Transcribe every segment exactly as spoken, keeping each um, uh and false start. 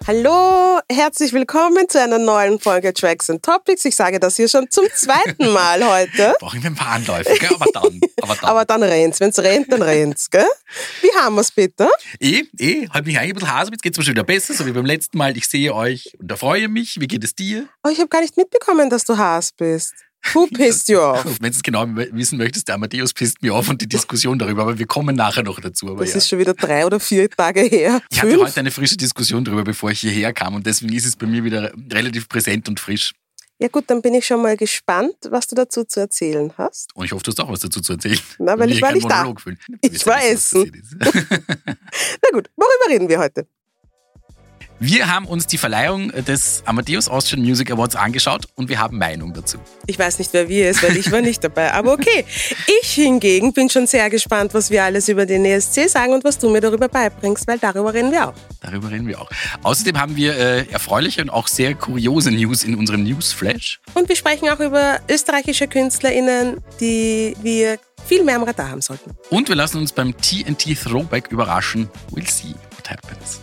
Hallo, herzlich willkommen zu einer neuen Folge Tracks and Topics. Ich sage das hier schon zum zweiten Mal heute. Brauchen wir ein paar Anläufe, gell? Aber dann. Aber dann, aber dann rennt's. Wenn's rennt, dann rennt's, gell? Wie haben wir's bitte? Eh, eh, halt mich ein bisschen Hase, jetzt geht's mir schon wieder besser, so wie beim letzten Mal. Ich sehe euch und da freue mich. Wie geht es dir? Oh, ich habe gar nicht mitbekommen, dass du Haas bist. Who pissed you off? Wenn du es genau wissen möchtest, der Amadeus pisst mir auf und die Diskussion darüber, aber wir kommen nachher noch dazu. Aber das ja. ist schon wieder drei oder vier Tage her. Ich hatte heute eine frische Diskussion darüber, bevor ich hierher kam und deswegen ist es bei mir wieder relativ präsent und frisch. Ja gut, dann bin ich schon mal gespannt, was du dazu zu erzählen hast. Und ich hoffe, du hast auch was dazu zu erzählen. Na, weil ich war nicht da. Ich war essen. Na gut, worüber reden wir heute? Wir haben uns die Verleihung des Amadeus Austrian Music Awards angeschaut und wir haben Meinung dazu. Ich weiß nicht, wer wir ist, weil ich war nicht dabei. Aber okay, ich hingegen bin schon sehr gespannt, was wir alles über den E S C sagen und was du mir darüber beibringst, weil darüber reden wir auch. Darüber reden wir auch. Außerdem haben wir äh, erfreuliche und auch sehr kuriose News in unserem Newsflash. Und wir sprechen auch über österreichische KünstlerInnen, die wir viel mehr am Radar haben sollten. Und wir lassen uns beim T N T Throwback überraschen. We'll see what happens.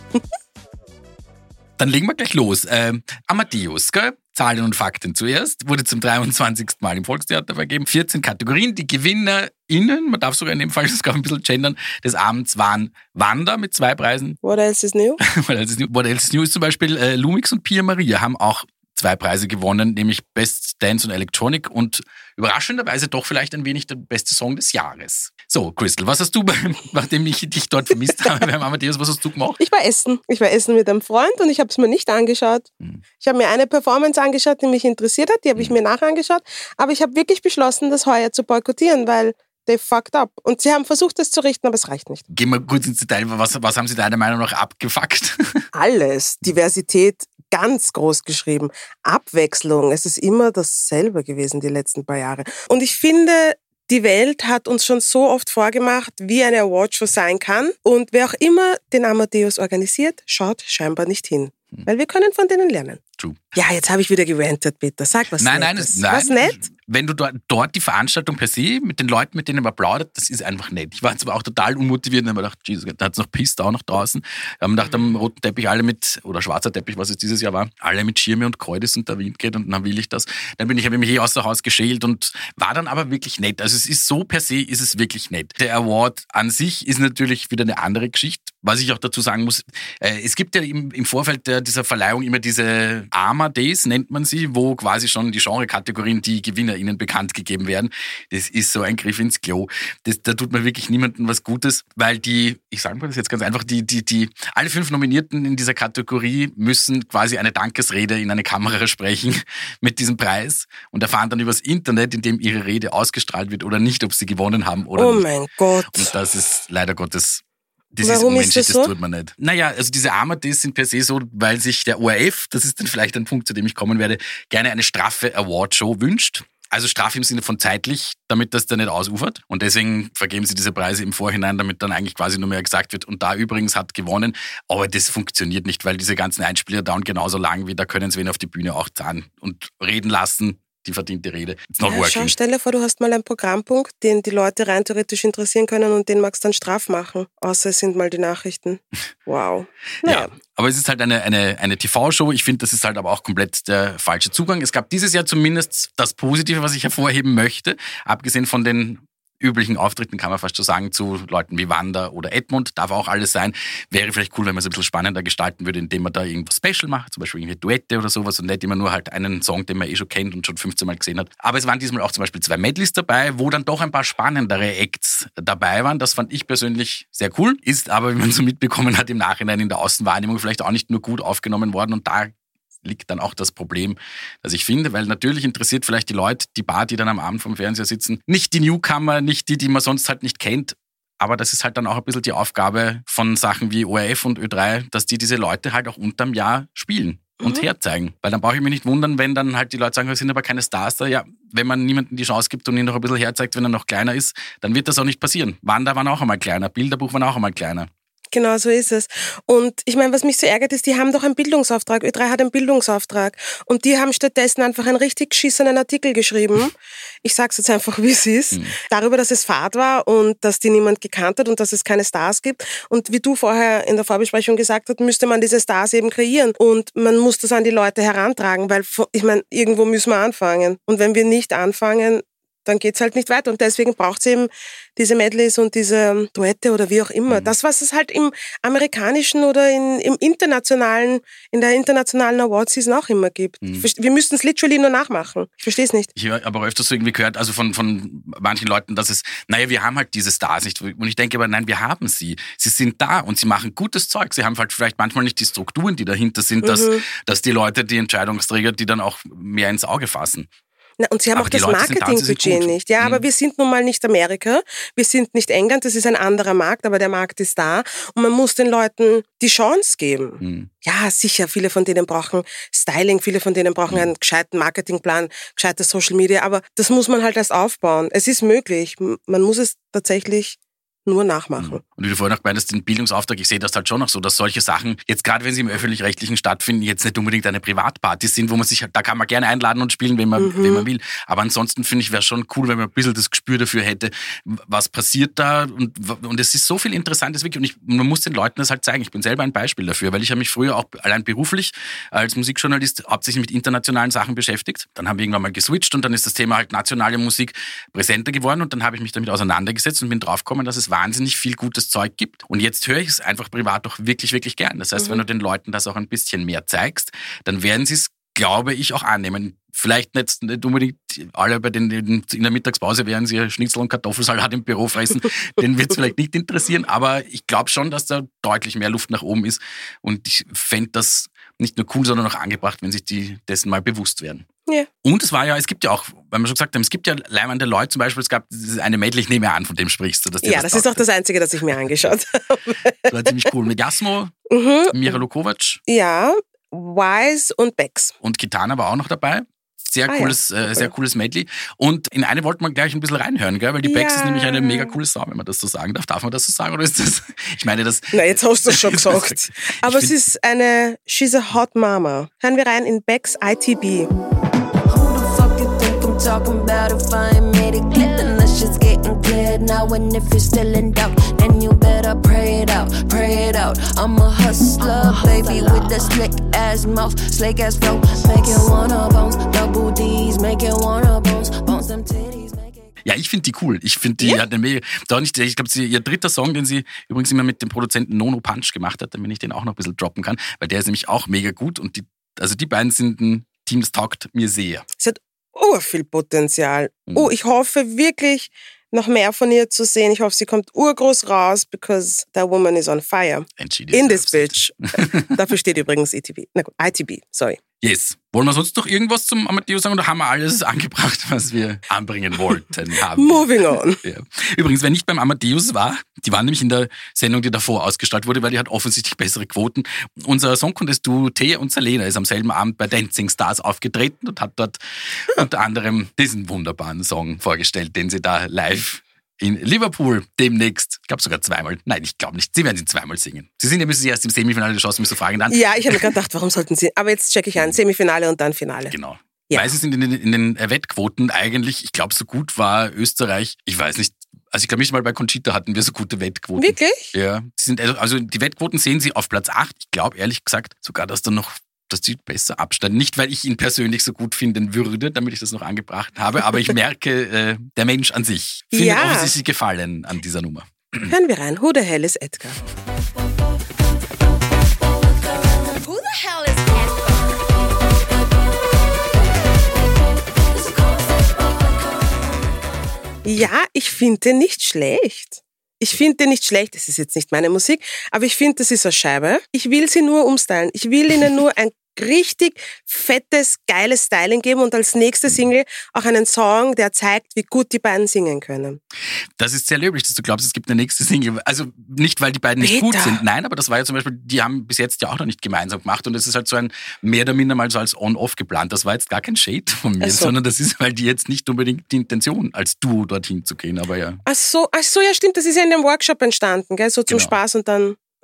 Dann legen wir gleich los. Ähm, Amadeus, gell? Zahlen und Fakten zuerst. Wurde zum dreiundzwanzigsten Mal im Volkstheater vergeben. vierzehn Kategorien. Die GewinnerInnen, man darf sogar in dem Fall sogar ein bisschen gendern, des Abends waren Wanda mit zwei Preisen. What else is new? What else is new, What else is new ist zum Beispiel äh, Lumix und Pia Maria haben auch zwei Preise gewonnen, nämlich Best Dance und Electronic und überraschenderweise doch vielleicht ein wenig der beste Song des Jahres. So, Crystal, was hast du, nachdem ich dich dort vermisst habe beim Amadeus, was hast du gemacht? Ich war essen. Ich war essen mit einem Freund und ich habe es mir nicht angeschaut. Hm. Ich habe mir eine Performance angeschaut, die mich interessiert hat, die habe ich hm. mir nachher angeschaut, aber ich habe wirklich beschlossen, das heuer zu boykottieren, weil they fucked up. Und sie haben versucht, das zu richten, aber es reicht nicht. Gehen wir kurz ins Detail. Was, was haben sie deiner Meinung nach abgefuckt? Alles. Diversität ganz groß geschrieben. Abwechslung. Es ist immer dasselbe gewesen die letzten paar Jahre. Und ich finde, die Welt hat uns schon so oft vorgemacht, wie eine Awardshow sein kann. Und wer auch immer den Amadeus organisiert, schaut scheinbar nicht hin. Hm. Weil wir können von denen lernen. True. Ja, jetzt habe ich wieder gerantet, Peter. Sag was nein, Nettes. Nein, nein, was nett? Wenn du dort, dort die Veranstaltung per se mit den Leuten, mit denen man plaudert, das ist einfach nett. Ich war zwar auch total unmotiviert und habe mir gedacht, Jesus, da hat es noch pisst auch noch draußen. Wir haben gedacht, am roten Teppich alle mit, oder schwarzer Teppich, was es dieses Jahr war, alle mit Schirme und Kreuz und der Wind geht und dann will ich das. Dann bin ich, habe ich mich eh außer Haus geschält und war dann aber wirklich nett. Also es ist so per se, ist es wirklich nett. Der Award an sich ist natürlich wieder eine andere Geschichte. Was ich auch dazu sagen muss, äh, es gibt ja im, im Vorfeld der, dieser Verleihung immer diese AMA Days, nennt man sie, wo quasi schon die Genrekategorien, die GewinnerInnen bekannt gegeben werden. Das ist so ein Griff ins Klo. Das, da tut man wirklich niemandem was Gutes, weil die, ich sage mal das jetzt ganz einfach, die, die, die, alle fünf Nominierten in dieser Kategorie müssen quasi eine Dankesrede in eine Kamera sprechen mit diesem Preis und erfahren dann übers Internet, in dem ihre Rede ausgestrahlt wird oder nicht, ob sie gewonnen haben oder oh nicht. Oh mein Gott. Und das ist leider Gottes... Das Warum ist unmenschlich, ist das, so? Das tut man nicht. Naja, also diese Amadeus sind per se so, weil sich der O R F, das ist dann vielleicht ein Punkt, zu dem ich kommen werde, gerne eine straffe Awardshow wünscht. Also straff im Sinne von zeitlich, damit das dann nicht ausufert. Und deswegen vergeben sie diese Preise im Vorhinein, damit dann eigentlich quasi nur mehr gesagt wird, und da übrigens hat gewonnen. Aber das funktioniert nicht, weil diese ganzen Einspieler dauern genauso lang, wie da können sie wen auf die Bühne auch zahlen und reden lassen. Die verdiente Rede. It's not ja, working. Schau, stell dir vor, du hast mal einen Programmpunkt, den die Leute rein theoretisch interessieren können und den magst du dann straf machen. Außer es sind mal die Nachrichten. Wow. Naja. Ja, aber es ist halt eine, eine, eine T V-Show. Ich finde, das ist halt aber auch komplett der falsche Zugang. Es gab dieses Jahr zumindest das Positive, was ich hervorheben möchte. Abgesehen von den üblichen Auftritten, kann man fast schon sagen, zu Leuten wie Wanda oder Edmund, darf auch alles sein. Wäre vielleicht cool, wenn man es ein bisschen spannender gestalten würde, indem man da irgendwas Special macht, zum Beispiel irgendwelche Duette oder sowas und nicht immer nur halt einen Song, den man eh schon kennt und schon fünfzehn Mal gesehen hat. Aber es waren diesmal auch zum Beispiel zwei Medleys dabei, wo dann doch ein paar spannendere Acts dabei waren. Das fand ich persönlich sehr cool. Ist aber, wie man so mitbekommen hat, im Nachhinein in der Außenwahrnehmung vielleicht auch nicht nur gut aufgenommen worden und da liegt dann auch das Problem, das ich finde, weil natürlich interessiert vielleicht die Leute, die Bar, die dann am Abend vom Fernseher sitzen, nicht die Newcomer, nicht die, die man sonst halt nicht kennt, aber das ist halt dann auch ein bisschen die Aufgabe von Sachen wie O R F und Ö drei, dass die diese Leute halt auch unterm Jahr spielen und mhm. herzeigen. Weil dann brauche ich mich nicht wundern, wenn dann halt die Leute sagen, wir sind aber keine Stars da. Ja, wenn man niemandem die Chance gibt und ihn noch ein bisschen herzeigt, wenn er noch kleiner ist, dann wird das auch nicht passieren. Wanda waren auch einmal kleiner, Bilderbuch waren auch einmal kleiner. Genau so ist es. Und ich meine, was mich so ärgert, ist, die haben doch einen Bildungsauftrag. Ö drei hat einen Bildungsauftrag. Und die haben stattdessen einfach einen richtig geschissenen Artikel geschrieben. Ich sag's jetzt einfach, wie es ist. Mhm. Darüber, dass es Fahrt war und dass die niemand gekannt hat und dass es keine Stars gibt. Und wie du vorher in der Vorbesprechung gesagt hast, müsste man diese Stars eben kreieren. Und man muss das an die Leute herantragen, weil, ich meine, irgendwo müssen wir anfangen. Und wenn wir nicht anfangen, dann geht's halt nicht weiter. Und deswegen braucht's eben diese Medleys und diese Duette oder wie auch immer. Mhm. Das, was es halt im amerikanischen oder in, im internationalen, in der internationalen Awards-Season auch immer gibt. Mhm. Wir müssten es literally nur nachmachen. Ich verstehe es nicht. Ich habe aber öfters so irgendwie gehört, also von, von manchen Leuten, dass es, naja, wir haben halt diese Stars nicht. Und ich denke aber, nein, wir haben sie. Sie sind da und sie machen gutes Zeug. Sie haben halt vielleicht manchmal nicht die Strukturen, die dahinter sind, mhm. dass, dass die Leute, die Entscheidungsträger, die dann auch mehr ins Auge fassen. Na, und sie haben aber auch das Marketingbudget nicht. Ja, mhm. aber wir sind nun mal nicht Amerika, wir sind nicht England, das ist ein anderer Markt, aber der Markt ist da und man muss den Leuten die Chance geben. Mhm. Ja, sicher, viele von denen brauchen Styling, viele von denen brauchen mhm. einen gescheiten Marketingplan, gescheites Social Media, aber das muss man halt erst aufbauen. Es ist möglich, man muss es tatsächlich nur nachmachen. Und wie du vorhin auch meintest, den Bildungsauftrag, ich sehe das halt schon noch so, dass solche Sachen, jetzt gerade wenn sie im Öffentlich-Rechtlichen stattfinden, jetzt nicht unbedingt eine Privatparty sind, wo man sich, da kann man gerne einladen und spielen, wenn man, mhm. wenn man will. Aber ansonsten finde ich, wäre schon cool, wenn man ein bisschen das Gespür dafür hätte, was passiert da und, und es ist so viel Interessantes wirklich und ich, man muss den Leuten das halt zeigen. Ich bin selber ein Beispiel dafür, weil ich habe mich früher auch allein beruflich als Musikjournalist hauptsächlich mit internationalen Sachen beschäftigt. Dann haben wir irgendwann mal geswitcht und dann ist das Thema halt nationale Musik präsenter geworden und dann habe ich mich damit auseinandergesetzt und bin draufgekommen, dass es wahnsinnig viel gutes Zeug gibt. Und jetzt höre ich es einfach privat doch wirklich, wirklich gern. Das heißt, mhm. wenn du den Leuten das auch ein bisschen mehr zeigst, dann werden sie es, glaube ich, auch annehmen. Vielleicht nicht, nicht unbedingt alle bei den, in der Mittagspause werden sie Schnitzel und Kartoffelsalat im Büro fressen. Den wird es vielleicht nicht interessieren, aber ich glaube schon, dass da deutlich mehr Luft nach oben ist. Und ich fände das nicht nur cool, sondern auch angebracht, wenn sich die dessen mal bewusst werden. Ja. Und es war ja, es gibt ja auch, weil wir schon gesagt haben, es gibt ja leibende Leute zum Beispiel, es gab eine Medley, ich nehme an, von dem sprichst du. Dass ja, das, das ist auch das Einzige, das ich mir angeschaut habe. Das war ziemlich cool. Mit Jasmo, mhm. Mira Lukovac. Ja, Wise und Bex. Und Kitana war auch noch dabei. Sehr ah, cooles, ja. äh, sehr cooles Medley. Und in eine wollten wir gleich ein bisschen reinhören, gell? Weil die ja. Bex ist nämlich eine mega coole Sau, wenn man das so sagen darf. Darf man das so sagen oder ist das? Ich meine, das. Na, jetzt hast du es schon gesagt. Aber es ist eine She's a Hot Mama. Hören wir rein in Bex I T B. Talking about if I ain't made it clear, then that shit's getting cleared now. And if you're still in doubt, then you better pray it out, pray it out. I'm a hustler, baby, with that slick ass mouth, slick ass flow, make you wanna bounce, double D's, make you wanna bounce, bounce them titties. Ja, ich finde die cool. Ich finde die, ja. hat eine mega, da nicht, ich glaube, ihr dritter Song, den sie übrigens immer mit dem Produzenten Nono Punch gemacht hat, damit ich den auch noch ein bisschen droppen kann, weil der ist nämlich auch mega gut und die, also die beiden sind ein Team, das taugt mir sehr. Es hat oh, viel Potenzial. Mhm. Oh, ich hoffe wirklich, noch mehr von ihr zu sehen. Ich hoffe, sie kommt urgroß raus, because that woman is on fire. In this bitch. Dafür steht übrigens I T B. Na gut, I T B, sorry. Yes. Wollen wir sonst noch irgendwas zum Amadeus sagen oder haben wir alles angebracht, was wir anbringen wollten? Haben Moving on. Ja. Übrigens, wer nicht beim Amadeus war, die waren nämlich in der Sendung, die davor ausgestrahlt wurde, weil die hat offensichtlich bessere Quoten. Unser Song Contest-Duo Thea und Selena ist am selben Abend bei Dancing Stars aufgetreten und hat dort unter anderem diesen wunderbaren Song vorgestellt, den sie da live in Liverpool demnächst, ich glaube sogar zweimal, nein, ich glaube nicht, sie werden sie zweimal singen. Sie sind ja, müssen sie erst im Semifinale der Chance, mich so fragen dann. Ja, ich habe mir gerade gedacht, warum sollten sie, aber jetzt checke ich an, Semifinale und dann Finale. Genau. Ja. Weil sie sind in den, in den Wettquoten eigentlich, ich glaube, so gut war Österreich, ich weiß nicht, also ich glaube nicht mal bei Conchita hatten wir so gute Wettquoten. Wirklich? Ja. Sie sind, also die Wettquoten sehen sie auf Platz acht, ich glaube ehrlich gesagt sogar, dass da noch dass die besser absteigen. Nicht, weil ich ihn persönlich so gut finden würde, damit ich das noch angebracht habe, aber ich merke, äh, der Mensch an sich findet ja. offensichtlich Gefallen an dieser Nummer. Hören wir rein. Who the hell is Edgar? Who the hell is Edgar? Ja, ich finde den nicht schlecht. Ich finde den nicht schlecht, das ist jetzt nicht meine Musik, aber ich finde, das ist eine Scheibe. Ich will sie nur umstylen. Ich will ihnen nur ein richtig fettes, geiles Styling geben und als nächste Single auch einen Song, der zeigt, wie gut die beiden singen können. Das ist sehr löblich, dass du glaubst, es gibt eine nächste Single. Also nicht, weil die beiden nicht Peter. gut sind, nein, aber das war ja zum Beispiel, die haben bis jetzt ja auch noch nicht gemeinsam gemacht und es ist halt so ein mehr oder minder mal so als On-Off geplant. Das war jetzt gar kein Shade von mir, so. Sondern das ist, weil die jetzt nicht unbedingt die Intention als Duo dorthin zu gehen, aber ja. Ach so, ach so, ja stimmt, das ist ja in dem Workshop entstanden, gell? So zum genau. Spaß und dann...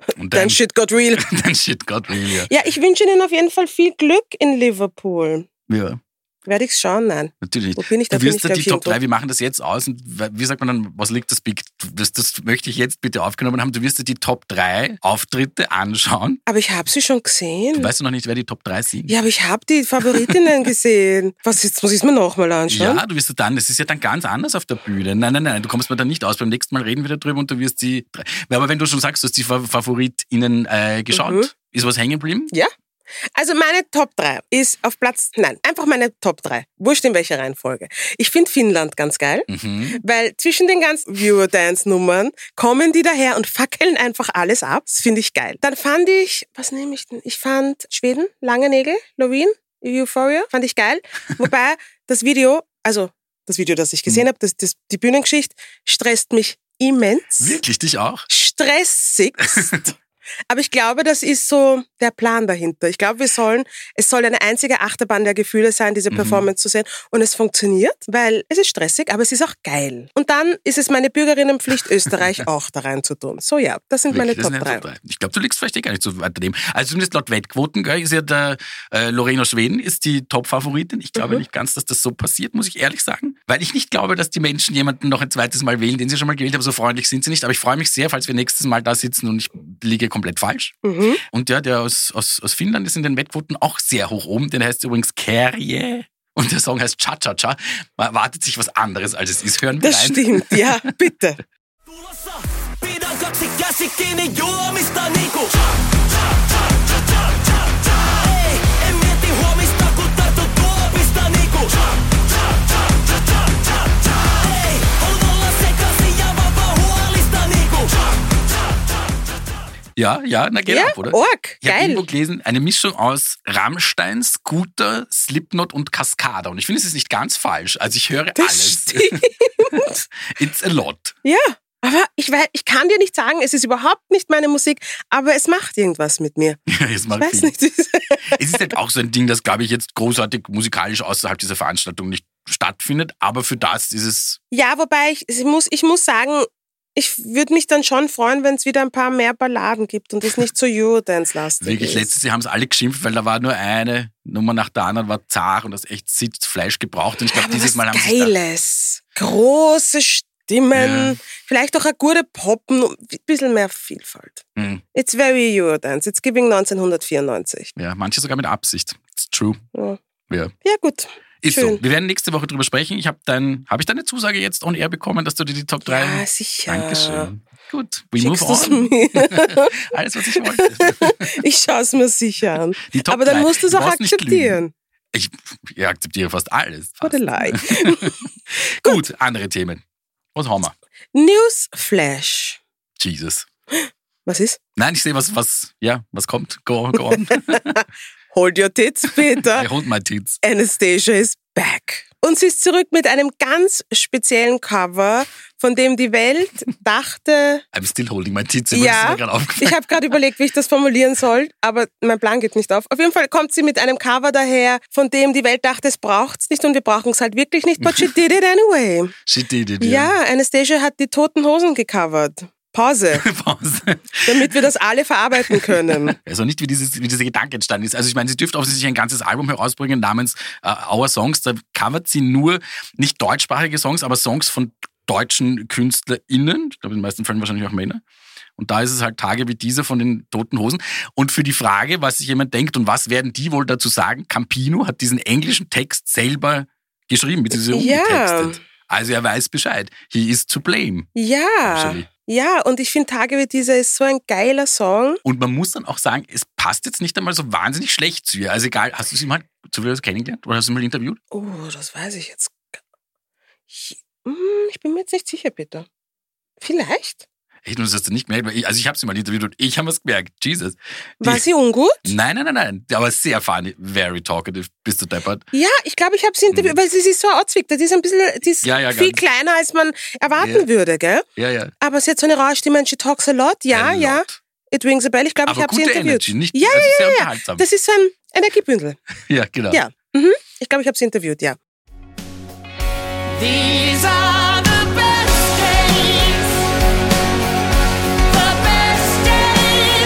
Und dann, Then shit got real. Then shit got real, ja. Ja, ich wünsche Ihnen auf jeden Fall viel Glück in Liverpool. Ja. Werde ich's schauen? Nein. Natürlich nicht. Wo bin ich? Da du wirst bin da ich, die glaub, Top drei, wir machen das jetzt aus und wie sagt man dann, was liegt das Big? Das, das möchte ich jetzt bitte aufgenommen haben. Du wirst dir die Top drei Auftritte anschauen. Aber ich habe sie schon gesehen. Du weißt du noch nicht, wer die Top drei sind? Ja, aber ich habe die Favoritinnen gesehen. Was, jetzt muss ich es mir nochmal anschauen? Ja, du wirst dann, das ist ja dann ganz anders auf der Bühne. Nein, nein, nein, du kommst mir da nicht aus. Beim nächsten Mal reden wir darüber und du wirst die drei. Aber wenn du schon sagst, du hast die FavoritInnen äh, geschaut, mhm. ist was hängen geblieben? Ja. Also meine Top drei ist auf Platz, nein, einfach meine Top drei. Wurscht in welcher Reihenfolge. Ich finde Finnland ganz geil, mhm. weil zwischen den ganzen Eurodance-Nummern kommen die daher und fackeln einfach alles ab. Das finde ich geil. Dann fand ich, was nehme ich denn? Ich fand Schweden, Lange Nägel, Loreen, Euphoria, fand ich geil. Wobei das Video, also das Video, das ich gesehen mhm. habe, das, das, die Bühnengeschichte, stresst mich immens. Wirklich, dich auch? Stressigst. Aber ich glaube, das ist so der Plan dahinter. Ich glaube, wir sollen, es soll eine einzige Achterbahn der Gefühle sein, diese Performance mhm. zu sehen. Und es funktioniert, weil es ist stressig, aber es ist auch geil. Und dann ist es meine Bürgerinnenpflicht, Österreich auch da rein zu tun. So ja, das sind Wirklich, meine Top drei. Top drei. Ich glaube, du liegst vielleicht eh gar nicht so weit daneben. Also zumindest laut Wettquoten, gell, ist ja der äh, Loreen Schweden ist die Top-Favoritin. Ich glaube mhm. nicht ganz, dass das so passiert, muss ich ehrlich sagen. Weil ich nicht glaube, dass die Menschen jemanden noch ein zweites Mal wählen, den sie schon mal gewählt haben. So freundlich sind sie nicht. Aber ich freue mich sehr, falls wir nächstes Mal da sitzen und ich liege komplett falsch. Mhm. Und ja, der aus, aus, aus Finnland ist in den Wettquoten auch sehr hoch oben. Der heißt übrigens Kärje. Und der Song heißt Cha-Cha-Cha. Man erwartet sich was anderes, als es ist. Hören wir das rein. Das stimmt, ja, bitte. Ja, ja, na geht ja, ab, oder? Org, ich habe geil. irgendwo gelesen, eine Mischung aus Rammstein, Scooter, Slipknot und Cascada. Und ich finde, es ist nicht ganz falsch. Also ich höre das alles. Stimmt. It's a lot. Ja, aber ich, weiß, ich kann dir nicht sagen, es ist überhaupt nicht meine Musik, aber es macht irgendwas mit mir. Ja, es macht ich weiß viel. nicht. Es ist halt auch so ein Ding, das, glaube ich, jetzt großartig musikalisch außerhalb dieser Veranstaltung nicht stattfindet. Aber für das ist es... Ja, wobei ich, ich, muss, ich muss sagen... Ich würde mich dann schon freuen, wenn es wieder ein paar mehr Balladen gibt und es nicht so Eurodance-lastig Wirklich, ist. letztes Jahr haben es alle geschimpft, weil da war nur eine Nummer nach der anderen, war zart und das echt Sitzfleisch gebraucht. Und ich glaube, dieses Mal haben sie Geiles, große Stimmen, ja. vielleicht auch eine gute Poppen, ein bisschen mehr Vielfalt. Mhm. It's very Eurodance, it's giving neunzehnhundertvierundneunzig. Ja, manche sogar mit Absicht. It's true. Ja, ja. ja gut. Ist Schön. so. Wir werden nächste Woche drüber sprechen. Ich habe dein, habe ich deine Zusage jetzt on air bekommen, dass du dir die Top drei... Ja, sicher. Dankeschön. Gut, we Schickst move on. Mir? Alles, was ich wollte. Ich schaue es mir sicher an. Die Top Aber dann drei. musst du es auch akzeptieren. Ich, ich akzeptiere fast alles. What a lie. Gut, andere Themen. Was haben wir? Newsflash. Jesus. Was ist? Nein, ich sehe, was, was, ja, was kommt. Go on, go on. Hold your tits, Peter. I hold my tits. Anastasia is back. Und sie ist zurück mit einem ganz speziellen Cover, von dem die Welt dachte... I'm still holding my tits. Ja, ich habe gerade überlegt, wie ich das formulieren soll, aber mein Plan geht nicht auf. Auf jeden Fall kommt sie mit einem Cover daher, von dem die Welt dachte, es braucht's nicht und wir brauchen es halt wirklich nicht, but she did it anyway. She did it, ja. Ja, Anastasia hat die Toten Hosen gecovert. Pause. Pause. Damit wir das alle verarbeiten können. Also nicht, wie, dieses, wie dieser Gedanke entstanden ist. Also ich meine, sie dürfte offensichtlich ein ganzes Album herausbringen namens uh, Our Songs. Da covert sie nur nicht deutschsprachige Songs, aber Songs von deutschen KünstlerInnen. Ich glaube, in den meisten Fällen wahrscheinlich auch Männer. Und da ist es halt Tage wie diese von den Toten Hosen. Und für die Frage, was sich jemand denkt und was werden die wohl dazu sagen, Campino hat diesen englischen Text selber geschrieben, beziehungsweise umgetextet. Ja. Also er weiß Bescheid. He is to blame. Ja. Actually. Ja, und ich finde, Tage wie dieser ist so ein geiler Song. Und man muss dann auch sagen, es passt jetzt nicht einmal so wahnsinnig schlecht zu ihr. Also egal, hast du sie mal zufällig kennengelernt oder hast du sie mal interviewt? Oh, das weiß ich jetzt. Ich, ich bin mir jetzt nicht sicher, Peter. Vielleicht? Hey, du hast das nicht gemerkt, weil ich, also ich habe sie mal interviewt und ich habe es gemerkt. Jesus. Die, War sie ungut? Nein, nein, nein, nein. Aber sehr funny, very talkative, bist du deppert. Ja, ich glaube, ich habe sie interviewt, mhm. weil sie ist so outzwickt. Die ist ein bisschen, die ist ja, ja, viel ganz. kleiner, als man erwarten ja. würde, gell? Ja, ja. Aber sie hat so eine raue Stimme und she talks a lot. Ja, a ja. Lot. It rings a bell. Ich glaube, ich habe sie interviewt. Energy, nicht, ja, also ja, sehr ja. unterhaltsam. Das ist so ein Energiebündel. Ja, genau. Ja. Mhm. Ich glaube, ich habe sie interviewt, ja. These are the best days. The best days.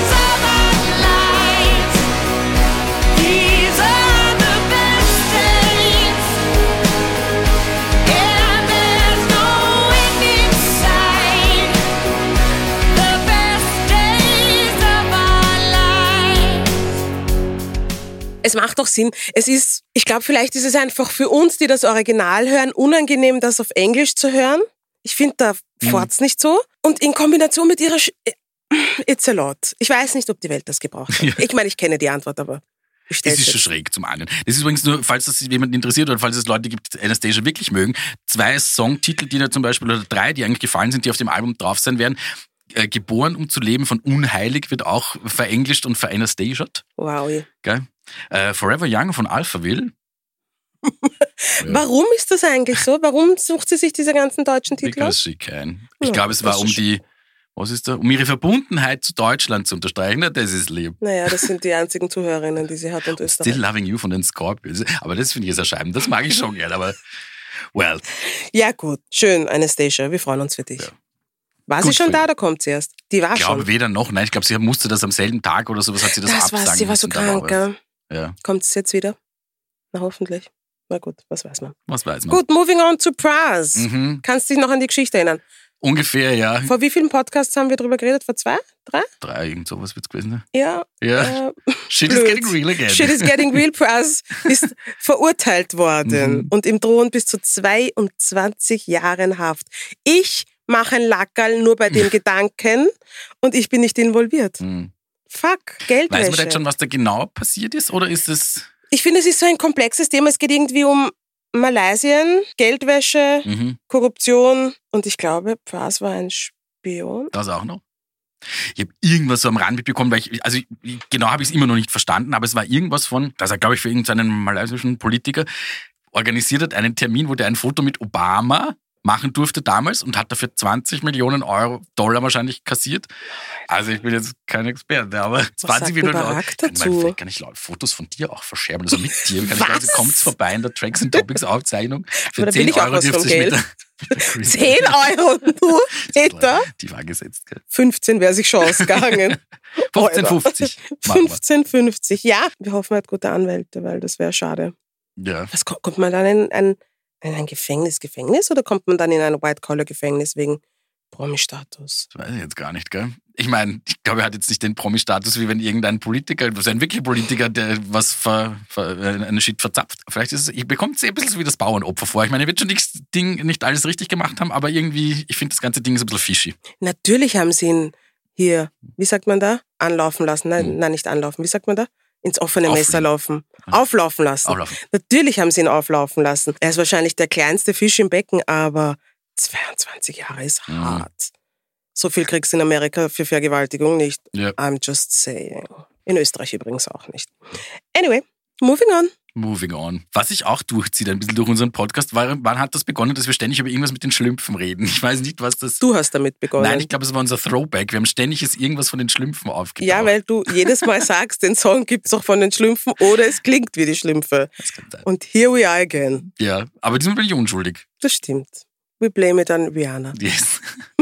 Es macht doch Sinn. Es ist, ich glaube, vielleicht ist es einfach für uns, die das Original hören, unangenehm, das auf Englisch zu hören. Ich finde, da Mhm. fort's nicht so. Und in Kombination mit ihrer... Sch- It's a lot. Ich weiß nicht, ob die Welt das gebraucht hat. Ja. Ich meine, ich kenne die Antwort, aber ich Das stell's ist schon jetzt. schräg zum einen. Das ist übrigens nur, falls das jemanden interessiert oder falls es Leute gibt, die Anastacia wirklich mögen, zwei Songtitel, die da zum Beispiel, oder drei, die eigentlich gefallen sind, die auf dem Album drauf sein werden. Äh, Geboren, um zu leben von Unheilig wird auch verenglischt und veranastasiat. Wow. Gell? Äh, Forever Young von Alphaville. Ja. Warum ist das eigentlich so? Warum sucht sie sich diese ganzen deutschen Titel Because aus? she can. Ich Ja, glaube, es war das um ist die, was ist da, um ihre Verbundenheit zu Deutschland zu unterstreichen. Na, das ist lieb. Naja, das sind die einzigen Zuhörerinnen, die sie hat und Österreich. Still Loving You von den Scorpions. Aber das finde ich jetzt erschreiben. Das mag ich schon gerne, aber well. Ja gut, schön, Anastacia, wir freuen uns für dich. Ja. War Gut sie schon für da ihn. oder kommt sie erst? Die war Ich glaube schon. weder noch. Nein, ich glaube, sie musste das am selben Tag oder sowas hat sie das, Das absagen war, sie war so müssen. Da war krank, was. gell? Ja, Kommt es jetzt wieder? Na hoffentlich. Na gut, was weiß man. was weiß man. Gut, moving on to Praz. Mhm. Kannst du dich noch an die Geschichte erinnern? Ungefähr, ja. Vor wie vielen Podcasts haben wir drüber geredet? Vor zwei? Drei? Drei, irgend sowas wird es gewesen sein. Ja. Ja. Äh, Shit is blöd. getting real again. Shit is getting real. Praz ist verurteilt worden Mhm. und ihm drohen bis zu zweiundzwanzig Jahren Haft. Ich mache ein Lackerl nur bei dem Gedanken und ich bin nicht involviert. Hm. Fuck, Geldwäsche. Weiß man jetzt schon, was da genau passiert ist? Oder ist es... Ich finde, es ist so ein komplexes Thema. Es geht irgendwie um Malaysien, Geldwäsche, Mhm. Korruption und ich glaube, Praz war ein Spion. Das auch noch? Ich habe irgendwas so am Rand mitbekommen, weil ich, also ich, genau habe ich es immer noch nicht verstanden, aber es war irgendwas von, dass er, glaube ich, für irgendeinen malaysischen Politiker organisiert hat, einen Termin, wo der ein Foto mit Obama machen durfte damals und hat dafür zwanzig Millionen Euro, Dollar wahrscheinlich kassiert. Also ich bin jetzt kein Experte, aber zwanzig sagt Millionen Euro. Barack Kann, dazu? man, vielleicht kann ich laut Fotos von dir auch verscherben, also mit dir. Kann ich Was? also, kommt's vorbei in der Tracks and Topics Aufzeichnung. Für Aber da will zehn ich auch Euro was dürft vom ihr Geld. mit der, mit der zehn Euro, du, Peter. Die war gesetzt, gell? fünfzehn wäre sich schon ausgegangen. fünfzehn fünfzig. Machen wir. fünfzehn fünfzig, ja. Wir hoffen, er hat gute Anwälte, weil das wäre schade. Ja. Was kommt, kommt man dann in ein, in ein Gefängnis, Gefängnis oder kommt man dann in ein White-Collar-Gefängnis wegen Promi-Status? Das weiß ich jetzt gar nicht, gell? Ich meine, ich glaube, er hat jetzt nicht den Promi-Status, wie wenn irgendein Politiker, also ein wirklicher Politiker, der was ver, ver, einen Shit verzapft. Vielleicht ist es, ich bekomme es ein bisschen so wie das Bauernopfer vor. Ich meine, er wird schon nichts Ding, nicht alles richtig gemacht haben, aber irgendwie, ich finde das ganze Ding ist ein bisschen fishy. Natürlich haben sie ihn hier, wie sagt man da? Anlaufen lassen. Nein, Hm. nein, nicht anlaufen. Wie sagt man da? Ins offene Auflegen. Messer laufen. Auflaufen lassen. Auflaufen. Natürlich haben sie ihn auflaufen lassen. Er ist wahrscheinlich der kleinste Fisch im Becken, aber zweiundzwanzig Jahre ist Mhm. hart. So viel kriegst du in Amerika für Vergewaltigung nicht. Ja. I'm just saying. In Österreich übrigens auch nicht. Anyway, moving on. Moving on. Was sich auch durchzieht ein bisschen durch unseren Podcast, war, wann hat das begonnen, dass wir ständig über irgendwas mit den Schlümpfen reden? Ich weiß nicht, was das... Du hast damit begonnen. Nein, ich glaube, es war unser Throwback. Wir haben ständig jetzt irgendwas von den Schlümpfen aufgetaucht. ja, weil du jedes Mal sagst, den Song gibt's auch von den Schlümpfen oder es klingt wie die Schlümpfe. Das kann sein. Und here we are again. Ja, aber diesmal bin ich unschuldig. Das stimmt. We blame it on Rihanna. Yes.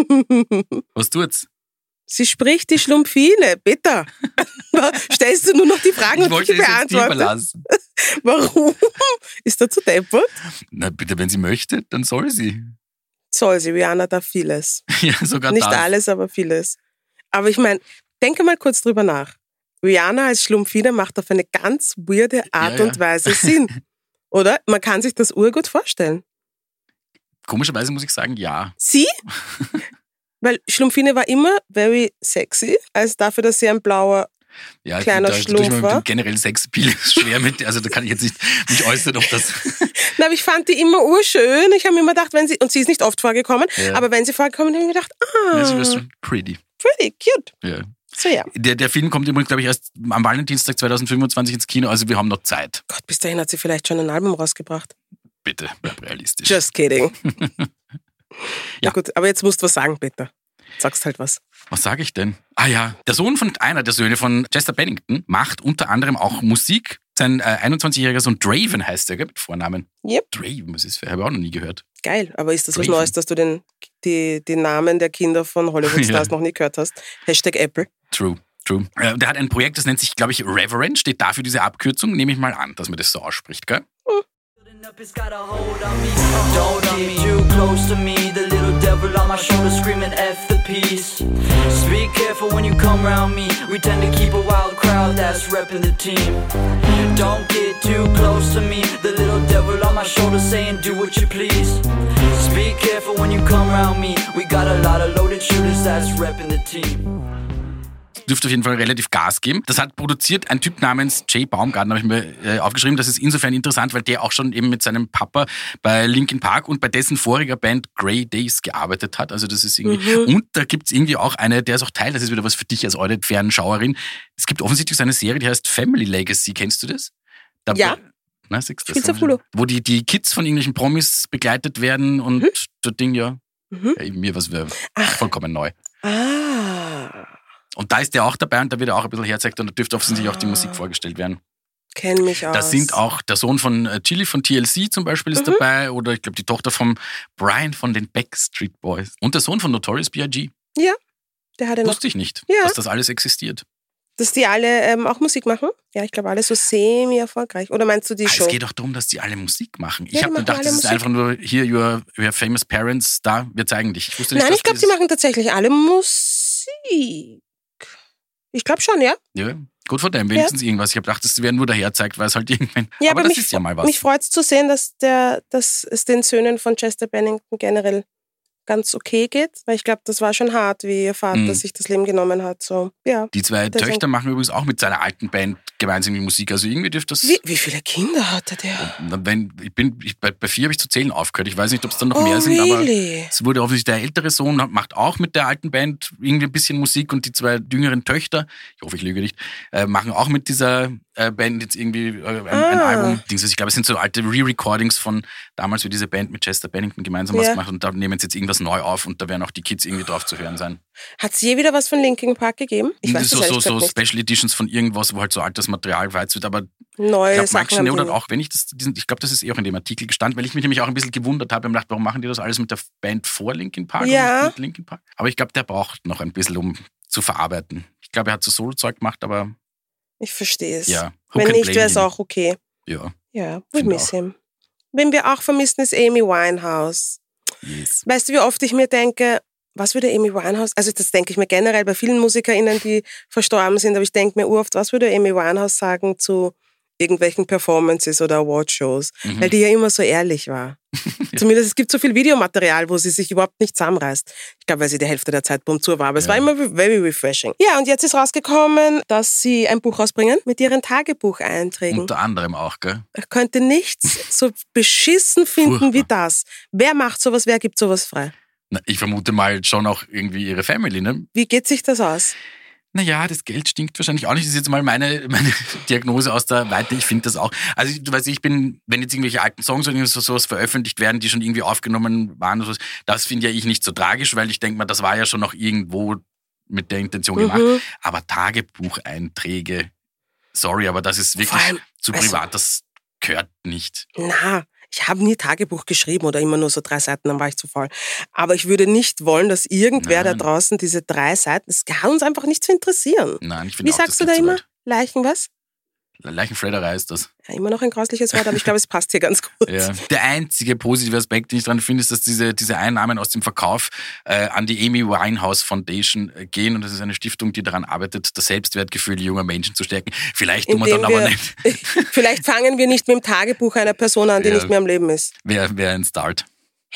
Was tut's? Sie spricht die Schlumpfine, bitte. Stellst du nur noch die Fragen Ich und wollte ich es jetzt lieber beantworte? lassen. Warum? Ist er zu deppert? Na bitte, wenn sie möchte, dann soll sie. Soll sie, Rihanna darf vieles. Ja, sogar Nicht das. alles, aber vieles. Aber ich meine, denke mal kurz drüber nach. Rihanna als Schlumpfine macht auf eine ganz weirde Art Ja, ja. und Weise Sinn. Oder? Man kann sich das urgut vorstellen. Komischerweise muss ich sagen, ja. Sie? Weil Schlumpfine war immer very sexy, als dafür, dass sie ein blauer... Ja, ich Kleiner da ist natürlich Schlumpf, mal wa? mit dem generellen Sexappeal schwer mit, also da kann ich jetzt nicht mich äußern, ob das... Na, aber ich fand die immer urschön. Ich habe mir immer gedacht, wenn sie... Und sie ist nicht oft vorgekommen, Ja. aber wenn sie vorgekommen ist, habe ich mir gedacht, ah, Ja, sie wäre schon pretty. pretty, cute. Ja. So ja. Der, der Film kommt übrigens, glaube ich, erst am Valentinstag zweitausendfünfundzwanzig ins Kino, also wir haben noch Zeit. Gott, bis dahin hat sie vielleicht schon ein Album rausgebracht. Bitte, bleib realistisch. Just kidding. Ja. Ja gut, aber jetzt musst du was sagen, Peter. Sagst halt was. Was sage ich denn? Ah ja, der Sohn von, einer der Söhne von Chester Bennington macht unter anderem auch Musik. Sein äh, einundzwanzigjähriger Sohn Draven heißt er, gell, mit Vornamen. Yep. Draven, was ist für, habe ich auch noch nie gehört. Geil, aber ist das was Draven. Neues, dass du den, die, die Namen der Kinder von Hollywood-Stars Ja. noch nie gehört hast? Hashtag Apple. True, true. Äh, der hat ein Projekt, das nennt sich, glaube ich, Reverend, steht dafür diese Abkürzung, nehme ich mal an, dass man das so ausspricht, gell? Up, it's got a hold on me. Don't get too close to me. The little devil on my shoulder screaming F the peace. Just be careful when you come around me. We tend to keep a wild crowd crowd that's repping the team. Don't get too close to me, the little devil on my shoulder saying do what you please. Just be careful when you come around me, we got a lot of loaded shooters that's repping the team. Dürfte auf jeden Fall relativ Gas geben. Das hat produziert ein Typ namens Jay Baumgarten, habe ich mir äh, aufgeschrieben. Das ist insofern interessant, weil der auch schon eben mit seinem Papa bei Linkin Park und bei dessen voriger Band Grey Days gearbeitet hat. Also das ist irgendwie... Mhm. Und da gibt es irgendwie auch eine, der ist auch Teil, das ist wieder was für dich als Audit-Fernschauerin. Es gibt offensichtlich so eine Serie, die heißt Family Legacy. Kennst du das? Da, ja. Na, siehst du das? Auf Hulu. Wo die, die Kids von irgendwelchen Promis begleitet werden und mhm. das Ding ja... Mhm. ja mir was wäre vollkommen neu. Ah... Und da ist der auch dabei und da wird er auch ein bisschen hergezeigt und da dürfte offensichtlich auch die Musik vorgestellt werden. Kenn mich aus. Da sind auch der Sohn von Chili von T L C zum Beispiel ist mhm. dabei oder ich glaube die Tochter von Brian von den Backstreet Boys und der Sohn von Notorious B I G Ja, der hatte noch... Wusste ich nicht, ja. dass das alles existiert. Dass die alle ähm, auch Musik machen? Ja, ich glaube alle so semi-erfolgreich. Oder meinst du die ah, Show? Es geht doch darum, dass die alle Musik machen. Ja, ich habe gedacht, das ist Musik. Einfach nur hier, your, your famous parents, da, wir zeigen dich. Ich wusste nicht, Nein, ich glaube, die machen tatsächlich alle Musik. Ich glaube schon, ja. Ja, gut von dem, wenigstens ja. irgendwas. Ich habe gedacht, das werden nur daher zeigt, weil es halt irgendwann... Ja, aber, aber das mich, ist ja mal was. Mich freut es zu sehen, dass, der, dass es den Söhnen von Chester Bennington generell ganz okay geht, weil ich glaube, das war schon hart, wie ihr Vater mhm. sich das Leben genommen hat. So, ja, die zwei Töchter machen übrigens auch mit seiner alten Band gemeinsam die Musik, also irgendwie dürfte das... Wie, wie viele Kinder hatte der? Wenn, ich bin, ich, bei, bei vier habe ich zu zählen aufgehört, ich weiß nicht, ob es dann noch oh, mehr sind, really? aber es wurde offensichtlich der ältere Sohn, macht auch mit der alten Band irgendwie ein bisschen Musik und die zwei jüngeren Töchter, ich hoffe, ich lüge nicht, äh, machen auch mit dieser äh, Band jetzt irgendwie äh, ein, ah. ein Album. Ich glaube, es sind so alte Re-Recordings von damals, wie diese Band mit Chester Bennington gemeinsam ja. was gemacht und da nehmen sie jetzt irgendwas neu auf und da werden auch die Kids irgendwie drauf zu hören sein. Hat es je wieder was von Linkin Park gegeben? Ich weiß so, das so, so nicht. Special Editions von irgendwas, wo halt so altes Material geweizt wird, aber neue ich glaube, manche, oder auch wenn ich das, diesen, ich glaube, das ist eh auch in dem Artikel gestanden, weil ich mich nämlich auch ein bisschen gewundert habe und gedacht, warum machen die das alles mit der Band vor Linkin Park ja. und nicht mit Linkin Park? Aber ich glaube, der braucht noch ein bisschen, um zu verarbeiten. Ich glaube, er hat so Solo-Zeug gemacht, aber... Ich verstehe es. Ja, wenn nicht, wäre es auch okay. Ja. Ja, we miss him. Wen wir auch vermissen, ist Amy Winehouse. Yes. Weißt du, wie oft ich mir denke, was würde Amy Winehouse, also das denke ich mir generell bei vielen MusikerInnen, die verstorben sind, aber ich denke mir oft, was würde Amy Winehouse sagen zu irgendwelchen Performances oder Awardshows, mhm. weil die ja immer so ehrlich war. ja. Zumindest es gibt so viel Videomaterial, wo sie sich überhaupt nicht zusammenreißt. Ich glaube, weil sie die Hälfte der Zeit bumm zu war, aber ja. es war immer very refreshing. Ja, und jetzt ist rausgekommen, dass sie ein Buch rausbringen mit ihren Tagebucheinträgen. Unter anderem auch, gell? Ich könnte nichts so beschissen finden Furchtbar. wie das. Wer macht sowas, wer gibt sowas frei? Na, ich vermute mal schon auch irgendwie ihre Family, ne? Wie geht sich das aus? Naja, das Geld stinkt wahrscheinlich auch nicht. Das ist jetzt mal meine, meine Diagnose aus der Weite. Ich finde das auch. Also, du weißt, ich bin, wenn jetzt irgendwelche alten Songs oder so, sowas veröffentlicht werden, die schon irgendwie aufgenommen waren, oder so, das finde ja ich nicht so tragisch, weil ich denke mal, das war ja schon noch irgendwo mit der Intention gemacht. Mhm. Aber Tagebucheinträge, sorry, aber das ist wirklich allem, zu privat. Also, das gehört nicht. Na, ich habe nie Tagebuch geschrieben oder immer nur so drei Seiten, dann war ich zu faul. Aber ich würde nicht wollen, dass irgendwer Nein. da draußen diese drei Seiten, das kann uns einfach nicht zu interessieren. Nein, ich finde Wie auch, sagst du da immer? Weit. Leichen was? Leichenfledderei ist das. Ja, immer noch ein grausliches Wort, aber ich glaube, es passt hier ganz gut. Ja. Der einzige positive Aspekt, den ich daran finde, ist, dass diese, diese Einnahmen aus dem Verkauf äh, an die Amy Winehouse Foundation äh, gehen. Und das ist eine Stiftung, die daran arbeitet, das Selbstwertgefühl junger Menschen zu stärken. Vielleicht tun wir dann aber nicht. Vielleicht fangen wir nicht mit dem Tagebuch einer Person an, die ja. nicht mehr am Leben ist. Wäre wär ein Start.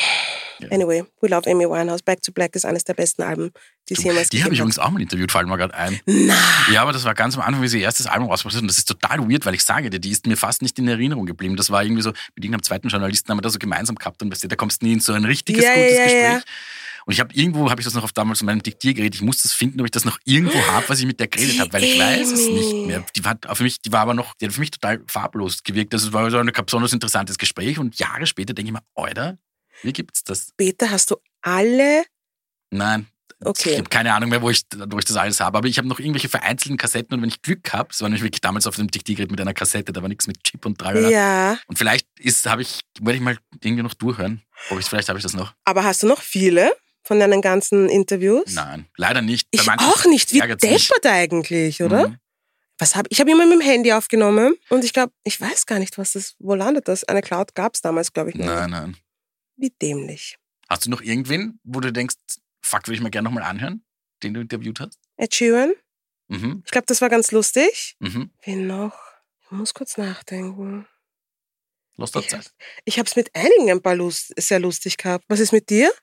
Ja. Anyway, we love Amy Winehouse. Back to Black ist eines der besten Alben, die es jemals Die habe ich übrigens auch mal interviewt, fallen mir gerade ein. Na. Ja, aber das war ganz am Anfang, wie sie ihr erstes Album rausgebracht hat. Und das ist total weird, weil ich sage dir, die ist mir fast nicht in Erinnerung geblieben. Das war irgendwie so, mit irgendeinem zweiten Journalisten haben wir da so gemeinsam gehabt und weißt du, da kommst du nie in so ein richtiges, ja, gutes ja, Gespräch. Ja. Und ich habe irgendwo, habe ich das noch auf damals in meinem Diktiergerät, ich muss das finden, ob ich das noch irgendwo habe, was ich mit der geredet habe, weil ich weiß es nicht mehr. Die war für mich, die war aber noch, die hat für mich total farblos gewirkt. Das war so ein besonders interessantes Gespräch und Jahre später denke ich mir, Alter, wie gibt's das? Später hast du alle... Nein, okay. Ich habe keine Ahnung mehr, wo ich, wo ich das alles habe, aber ich habe noch irgendwelche vereinzelten Kassetten und wenn ich Glück habe, das war nämlich wirklich damals auf dem Diktiergerät mit einer Kassette, da war nichts mit Chip und Tralala. Ja. Und vielleicht ist, habe ich, werde ich mal irgendwie noch durchhören, ob ich, vielleicht habe ich das noch. Aber hast du noch viele von deinen ganzen Interviews? Nein, leider nicht. Ich auch nicht, wie deppert eigentlich, oder? Mhm. Was hab, ich habe immer mit dem Handy aufgenommen und ich glaube, ich weiß gar nicht, was das, wo landet das? Eine Cloud gab es damals, glaube ich, nicht. Nein, nein. Wie dämlich. Hast du noch irgendwen, wo du denkst, fuck, würde ich mir gerne nochmal anhören, den du interviewt hast? Ed Sheeran? Mhm. Ich glaube, das war ganz lustig. Mhm. Wen noch? Ich muss kurz nachdenken. Lost auf Ich, Zeit. ich habe es mit einigen ein paar Lust, sehr lustig gehabt. Was ist mit dir?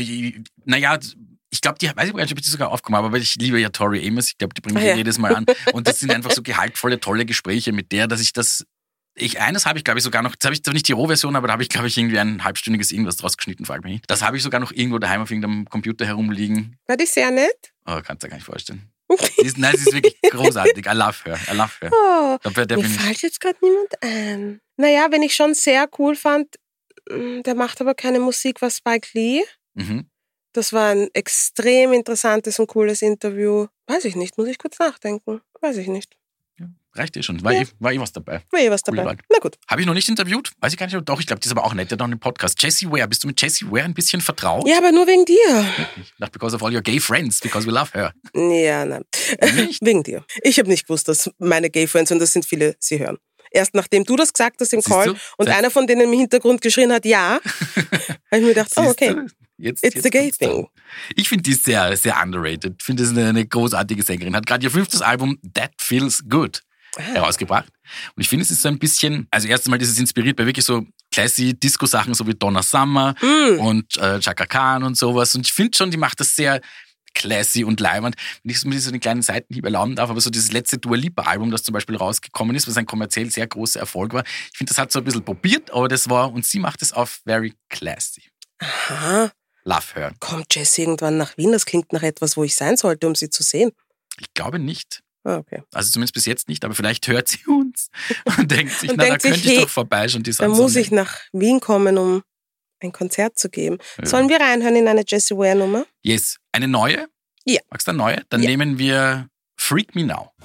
Naja, ich glaube, die weiß ich gar nicht, ob ich die sogar aufgekommen habe, aber ich liebe ja Tori Amos. Ich glaube, die bringt Ah, mich ja. jedes Mal an. Und das sind einfach so gehaltvolle, tolle Gespräche mit der, dass ich das. Ich, eines habe ich, glaube ich, sogar noch, das habe ich zwar nicht die Rohversion, aber da habe ich, glaube ich, irgendwie ein halbstündiges irgendwas draus geschnitten, frag mich nicht. Das habe ich sogar noch irgendwo daheim auf irgendeinem Computer herumliegen. War die sehr nett? Oh, kannst du dir gar nicht vorstellen. Die ist, nein, sie ist wirklich großartig. I love her. I love her. Oh, Da, der mir bin ich, fällt jetzt gerade niemand ein. Naja, wenn ich schon sehr cool fand, mh, der macht aber keine Musik, war Spike Lee. mhm. Das war ein extrem interessantes und cooles Interview. Weiß ich nicht, muss ich kurz nachdenken. Weiß ich nicht. Reicht eh schon. War, Ja. eh, war eh was dabei. War eh was Coole dabei. Leute. Na gut. Habe ich noch nicht interviewt? Weiß ich gar nicht. Doch, ich glaube, die ist aber auch nett. Der hat noch einen Podcast. Jessie Ware. Bist du mit Jessie Ware ein bisschen vertraut? Ja, aber nur wegen dir. Not because of all your gay friends, because we love her. Ja, nein. Nicht? Wegen dir. Ich habe nicht gewusst, dass meine Gay Friends, und das sind viele, sie hören. Erst nachdem du das gesagt hast im Siehst Call du? und Seit- einer von denen im Hintergrund geschrien hat, ja, habe ich mir gedacht, oh, Siehst okay, du? Jetzt, it's jetzt the gay kommt's da. thing. Ich finde die sehr, sehr underrated. Ich finde, das ist eine, eine großartige Sängerin. Hat gerade ihr fünftes Album That Feels Good herausgebracht. Und ich finde, es ist so ein bisschen, also erst einmal, das ist inspiriert bei wirklich so classy Disco-Sachen, so wie Donna Summer Mm. und äh, Chaka Khan und sowas. Und ich finde schon, die macht das sehr classy und leibend. Wenn ich so mir so einen kleinen Seitenhieb erlauben darf, aber so dieses letzte Dua Lipa-Album, das zum Beispiel rausgekommen ist, was ein kommerziell sehr großer Erfolg war, ich finde, das hat so ein bisschen probiert, aber das war, und sie macht es auf very classy. Aha, Love her. kommt Jessie irgendwann nach Wien? Das klingt nach etwas, wo ich sein sollte, um sie zu sehen. Ich glaube nicht. Ah, okay. Also zumindest bis jetzt nicht, aber vielleicht hört sie uns und denkt sich, Und na, denkt da sich, könnte ich hey, doch vorbeischauen. Die Dann sind so muss ich nett. nach Wien kommen, um ein Konzert zu geben. Ja. Sollen wir reinhören in eine Jessie Ware-Nummer? Yes. Eine neue? Ja. Magst du eine neue? Dann Ja. nehmen wir Freak Me Now.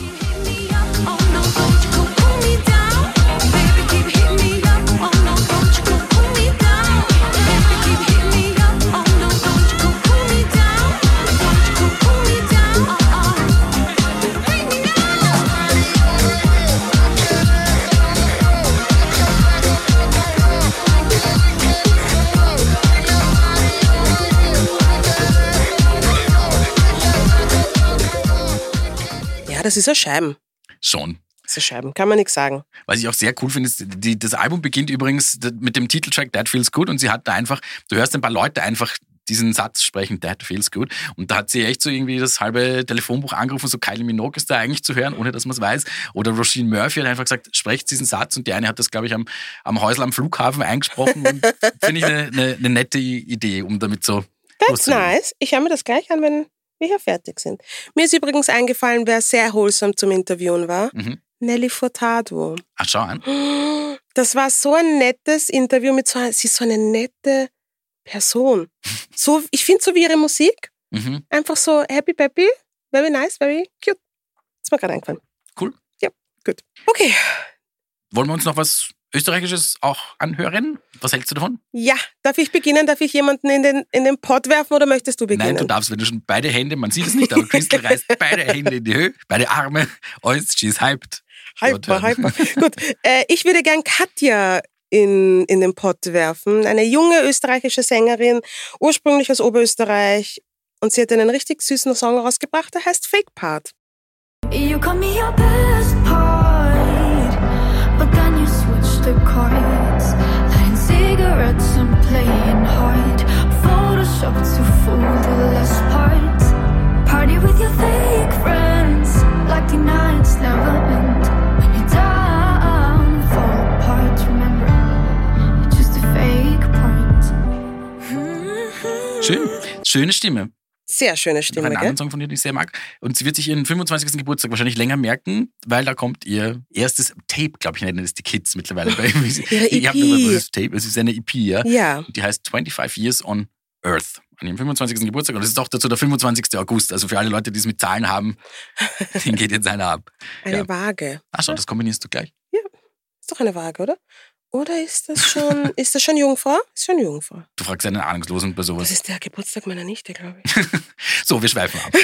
Ja, das ist ein Scheiben. Schon. Das ist ein Scheiben, kann man nichts sagen. Was ich auch sehr cool finde, ist, die, das Album beginnt übrigens mit dem Titeltrack That Feels Good und sie hat da einfach, du hörst ein paar Leute einfach diesen Satz sprechen, That Feels Good. Und da hat sie echt so irgendwie das halbe Telefonbuch angerufen, so Kylie Minogue ist da eigentlich zu hören, ohne dass man es weiß. Oder Roisin Murphy hat einfach gesagt, sprecht diesen Satz. Und die eine hat das, glaube ich, am, am Häusl am Flughafen eingesprochen. Und finde ich eine, eine, eine nette Idee, um damit so That's loszulegen. nice. Ich höre mir das gleich an, wenn wir hier fertig sind. Mir ist übrigens eingefallen, wer sehr wholesome zum Interviewen war. Mhm. Nelly Furtado. Ach, schau an. Das war so ein nettes Interview mit so einer, sie ist so eine nette Person. So, ich finde so wie ihre Musik. Mhm. Einfach so happy peppy, very nice, very cute. Ist mir gerade eingefallen. Cool. Ja, gut. Okay, Wollen wir uns noch was Österreichisches auch anhören? Was hältst du davon? ja, darf ich beginnen? Darf ich jemanden in den, in den Pott werfen oder möchtest du beginnen? Nein, du darfst, wenn du schon beide Hände, man sieht es nicht, aber Crystal reißt beide Hände in die Höhe, beide Arme, alles, she's hyped. Hyper, hyper. Gut, äh, ich würde gern Katja in, in den Pott werfen. Eine junge österreichische Sängerin, ursprünglich aus Oberösterreich. Und sie hat einen richtig süßen Song rausgebracht, der heißt Fake Part. You call me your best part, but then you switch the cards. Lighting cigarettes and playing hard. Photoshop to fool the less parts. Party with your fake friends, like the nights never end. When you're down, fall apart. Remember, you're just a fake part. Schön, schöne Stimme. Sehr schöne Noch Stimme, einen gell? anderen Song von dir, den ich sehr mag. Und sie wird sich ihren fünfundzwanzigsten Geburtstag wahrscheinlich länger merken, weil da kommt ihr erstes Tape, glaube ich, nennen es die Kids mittlerweile. Bei Ihre Ich habe E P. nur mal das Tape, es ist eine E P, ja. Ja. Und die heißt twenty-five Years on Earth. An ihrem fünfundzwanzigsten Geburtstag. Und es ist auch dazu der fünfundzwanzigste August. Also für alle Leute, die es mit Zahlen haben, den geht jetzt einer ab. Eine Ja. Waage. Ach so, das kombinierst du gleich. Ist doch eine Waage, oder? Oder ist das schon, ist das schon Jungfrau? Ist schon Jungfrau. Du fragst einen Ahnungslosen bei Das sowas. ist der Geburtstag meiner Nichte, glaube ich. So, wir schweifen ab.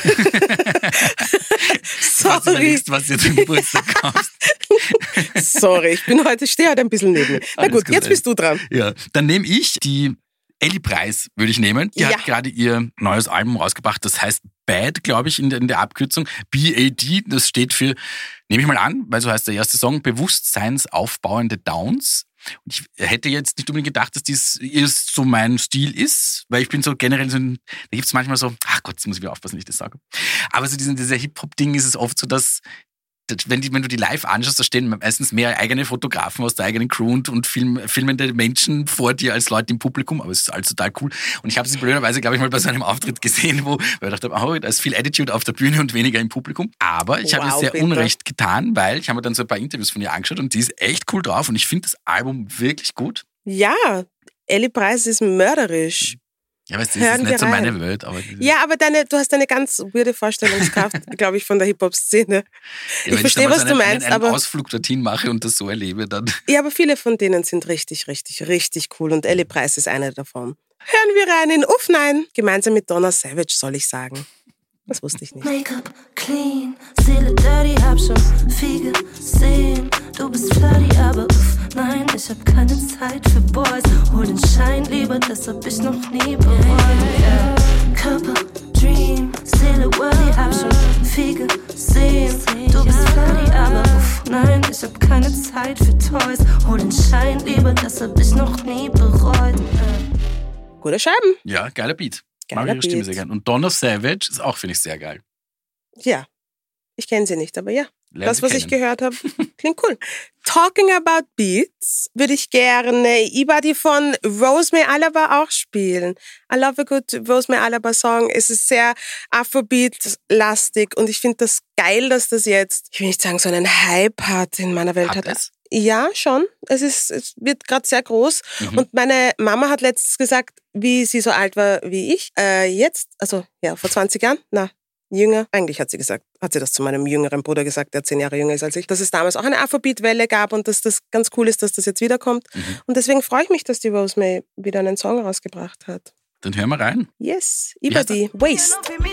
Falls du Sorry. überlegst, was du zum Geburtstag kaufst. Sorry, ich bin heute, stehe heute ein bisschen neben mir. Na Alles gut, gut, jetzt bist du dran. Ja, dann nehme ich die Ellie Preis, würde ich nehmen. Die Ja. hat gerade ihr neues Album rausgebracht, das heißt Bad, glaube ich, in der, in der Abkürzung. B A D, das steht für, nehme ich mal an, weil so heißt der erste Song, bewusstseinsaufbauende Downs. Und ich hätte jetzt nicht unbedingt gedacht, dass dies so mein Stil ist, weil ich bin so generell so, ein, da gibt es manchmal so, ach Gott, jetzt muss ich wieder aufpassen, wenn ich das sage. Aber so diesen, dieser Hip-Hop-Ding ist es oft so, dass Wenn, die, wenn du die live anschaust, da stehen meistens mehr eigene Fotografen aus der eigenen Crew und, und film, filmende Menschen vor dir als Leute im Publikum, aber es ist alles total cool. Und ich habe sie blöderweise, glaube ich, mal bei so einem Auftritt gesehen, wo weil ich dachte, oh, da ist viel Attitude auf der Bühne und weniger im Publikum. Aber ich wow, habe ihr sehr bitte. Unrecht getan, weil ich habe mir dann so ein paar Interviews von ihr angeschaut und die ist echt cool drauf und ich finde das Album wirklich gut. Ja, Ellie Preis ist mörderisch. Ja, weißt du, das ist nicht so meine Welt. Aber ja, aber deine, du hast eine ganz weirde Vorstellungskraft, glaube ich, von der Hip-Hop-Szene. Ja, ich verstehe, was einen, du meinst. Wenn ich einen aber Ausflug dorthin mache und das so erlebe, dann... Ja, aber viele von denen sind richtig, richtig, richtig cool und Ellie Preis ist eine davon. Hören wir rein in Uff, nein, gemeinsam mit Donna Savage, soll ich sagen. Das wusste ich nicht. Make-up clean, Seele dirty, hab schon viel gesehen. Du bist flirty, aber uff, nein, ich hab keine Zeit für Boys. Hol den Schein lieber, das hab ich noch nie bereut. Yeah. Körper, Dream, Seele worthy, hab schon viel gesehen. Du bist flirty, aber uff, nein, ich hab keine Zeit für Toys. Hol den Schein lieber, das hab ich noch nie bereut. Yeah. Gute Scheiben. Ja, geiler Beat. Mag ihre Stimme sehr gern. Und Donna Savage ist auch, finde ich, sehr geil. Ja, ich kenne sie nicht, aber ja. Lernen das, was ich gehört habe, klingt cool. Talking about Beats würde ich gerne E-Body von Rosemary Alaba auch spielen. I love a good Rosemary Alaba Song. Es ist sehr Afrobeat-lastig und ich finde das geil, dass das jetzt, ich will nicht sagen, so einen Hype hat in meiner Welt. Hat es? Ja, schon. Es ist, es wird gerade sehr groß. Mhm. Und meine Mama hat letztens gesagt, wie sie so alt war wie ich. Äh, jetzt, also ja, vor zwanzig Jahren, na, jünger. Eigentlich hat sie gesagt, hat sie das zu meinem jüngeren Bruder gesagt, der zehn Jahre jünger ist als ich, dass es damals auch eine Afrobeat-Welle gab und dass das ganz cool ist, dass das jetzt wiederkommt. Mhm. Und deswegen freue ich mich, dass die Rosemary wieder einen Song rausgebracht hat. Dann hören wir rein. Yes, über die Waste.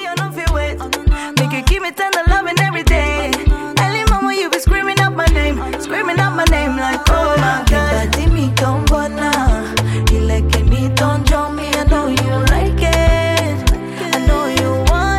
Screaming out my name like, oh my God. Dime con buena y le que me don't draw me. I know you like it. I know you want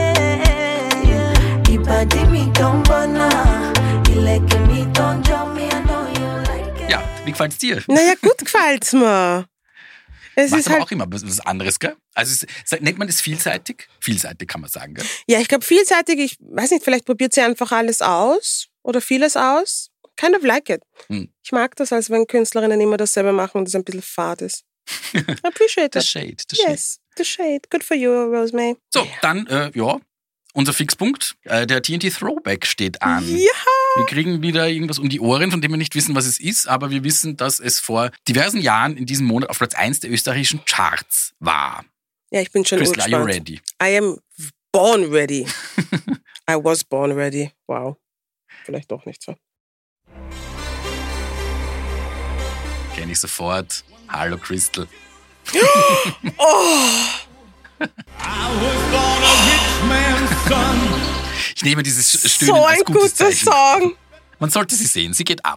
it. Y dime con buena y le que me don't draw me. I know you like it. Ja, wie gefällt's dir? Naja, gut gefällt's mir. Es Macht ist aber halt auch immer was anderes, gell? Also es, nennt man das vielseitig? Vielseitig kann man sagen, gell? Ja, ich glaube vielseitig, ich weiß nicht, vielleicht probiert sie einfach alles aus oder vieles aus. Kind of like it. Hm. Ich mag das, als wenn Künstlerinnen immer dasselbe machen und es ein bisschen fad ist. Appreciate it. The shade, the shade. Yes, the shade. Good for you, Rosemary. So, yeah. Dann, äh, ja, unser Fixpunkt. Äh, der T N T Throwback steht an. Ja! Wir kriegen wieder irgendwas um die Ohren, von dem wir nicht wissen, was es ist, aber wir wissen, dass es vor diversen Jahren in diesem Monat auf Platz eins der österreichischen Charts war. Ja, ich bin schon Crystal, are you urgespannt. ready? I am born ready. I was born ready. Wow. Vielleicht doch nicht so. Kenn ich sofort. Hallo Crystal. Oh! Ich nehme dieses Stöhnen so als ein gutes guter Zeichen. Song. Man sollte sie sehen, sie geht ab.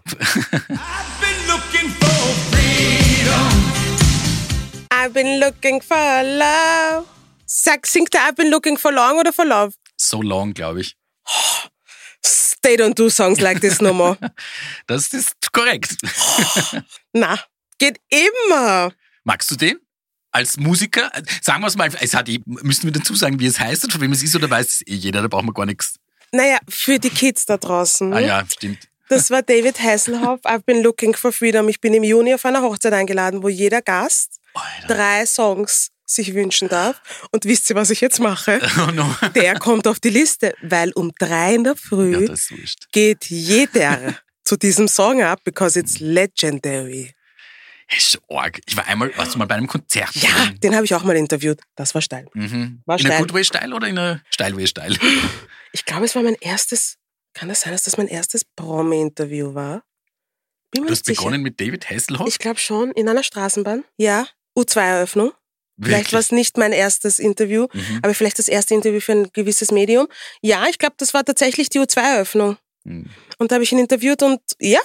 I've been looking for love. Sag, singt der I've been looking for long oder for love? So long, glaube ich. They don't do songs like this no more. Das ist korrekt. Na, geht immer. Magst du den? Als Musiker? Sagen wir es mal, es hat, müssen wir dazu sagen, wie es heißt und von wem es ist, oder weiß es eh jeder, da braucht man gar nichts. Naja, für die Kids da draußen. Ah ja, stimmt. Das war David Hasselhoff, I've been looking for freedom. Ich bin im Juni auf einer Hochzeit eingeladen, wo jeder Gast Alter. drei Songs sich wünschen darf. Und wisst ihr, was ich jetzt mache? Oh no. Der kommt auf die Liste, weil um drei in der Früh ja, das ist geht jeder zu diesem Song ab, because it's legendary. Ist so arg. Ich war einmal, warst du mal bei einem Konzert? Ja, drin? Den habe ich auch mal interviewt. Das war steil. Mhm. War in steil. einer Good Way Style oder in einer Style Way Style? Ich glaube, es war mein erstes, kann das sein, dass das mein erstes Promi-Interview war? Bin mir Du hast nicht begonnen sicher. mit David Hasselhoff? Ich glaube schon, in einer Straßenbahn. Ja, U zwei Eröffnung. Wirklich? Vielleicht war es nicht mein erstes Interview, Mhm. aber vielleicht das erste Interview für ein gewisses Medium. Ja, ich glaube, das war tatsächlich die U zwei Eröffnung. Mhm. Und da habe ich ihn interviewt und ja,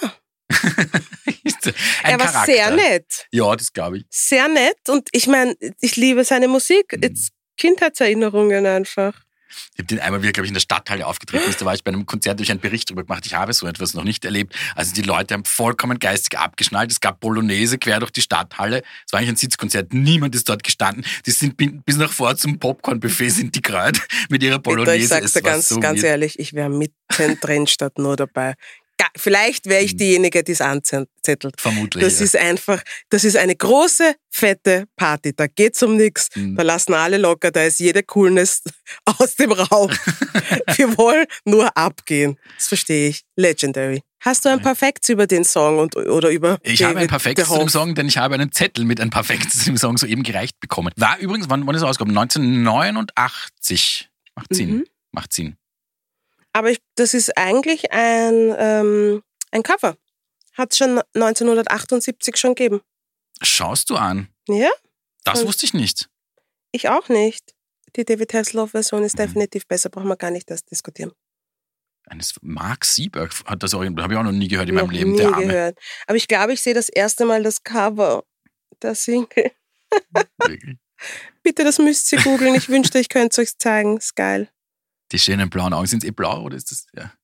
Ein er war Charakter. sehr nett. Ja, das glaube ich. Sehr nett und ich meine, ich liebe seine Musik. Mhm. Jetzt Kindheitserinnerungen einfach. Ich habe den einmal wieder, glaube ich, in der Stadthalle aufgetreten ist. Da war ich bei einem Konzert, durch einen Bericht darüber gemacht. Ich habe so etwas noch nicht erlebt. Also die Leute haben vollkommen geistig abgeschnallt. Es gab Polonaise quer durch die Stadthalle. Es war eigentlich ein Sitzkonzert. Niemand ist dort gestanden. Die sind bis nach vor zum Popcorn-Buffet sind die gerade mit ihrer Polonaise. Ich sag's dir ganz, so ganz ehrlich, ich wäre mittendrin statt nur dabei. Vielleicht wäre ich diejenige, die es anzettelt. Vermutlich. Das ja. ist einfach, das ist eine große, fette Party. Da geht's um nichts. Mhm. Da lassen alle locker. Da ist jede Coolness aus dem Raum. Wir wollen nur abgehen. Das verstehe ich. Legendary. Hast du ein paar Facts über den Song und, oder über Ich David habe ein paar Facts zu DeHoff? dem Song, denn ich habe einen Zettel mit ein paar Facts zu dem Song soeben gereicht bekommen. War übrigens, wann, wann ist er rausgekommen? neunzehnhundertneunundachtzig. Macht Sinn. Mhm. Macht Sinn. Aber ich, das ist eigentlich ein, ähm, ein Cover. Hat es schon neunzehnhundertachtundsiebzig schon gegeben. Schaust du an? Ja? Das Und- wusste ich nicht. Ich auch nicht. Die David Hasselhoff-Version ist Mhm. definitiv besser, brauchen wir gar nicht das diskutieren. Eines Mark Sieberg hat das Original, habe ich auch noch nie gehört in Noch meinem Leben, nie der Arme. gehört. Aber ich glaube, ich sehe das erste Mal das Cover der Single. Wirklich. Bitte, das müsst ihr googeln. Ich wünschte, ich könnte es euch zeigen. Ist geil. Die schönen blauen Augen, sind es eh blau oder ist das? Ja.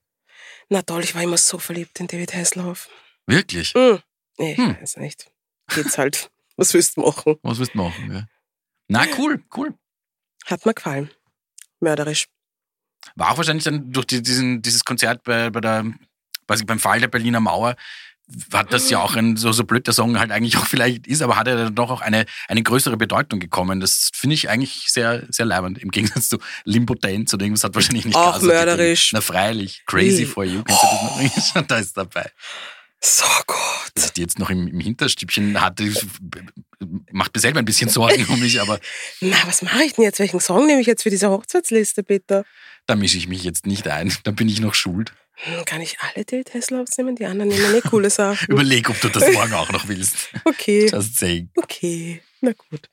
Na toll, ich war immer so verliebt in David Hasselhoff. Wirklich? Hm. Ich Hm. weiß nicht. Geht's halt. Was willst du machen? Was willst du machen? Ja. Na, cool, cool. Hat mir gefallen. Mörderisch. War auch wahrscheinlich dann durch die, diesen, dieses Konzert bei, bei der, weiß ich, beim Fall der Berliner Mauer, hat das ja auch ein, so, so blöd der Song halt eigentlich auch vielleicht ist, aber hat er dann doch auch eine, eine größere Bedeutung bekommen. Das finde ich eigentlich sehr, sehr leibend. Im Gegensatz zu Limpotenz oder irgendwas hat wahrscheinlich nicht Auch Gas mörderisch. Na freilich. Crazy Hm. for you. Kennst du das noch? Da ist dabei. So gut. Dass ich die jetzt noch im, im Hinterstübchen hatte, macht mir selber ein bisschen Sorgen um mich, aber Na, was mache ich denn jetzt? Welchen Song nehme ich jetzt für diese Hochzeitsliste, bitte? da mische ich mich jetzt nicht ein. Da bin ich noch schuld. Hm, Kann ich alle David Hasselhoffs nehmen? Die anderen nehmen nicht coole Sachen. Überleg, ob du das morgen auch noch willst. Okay. Just saying. Okay. Na gut.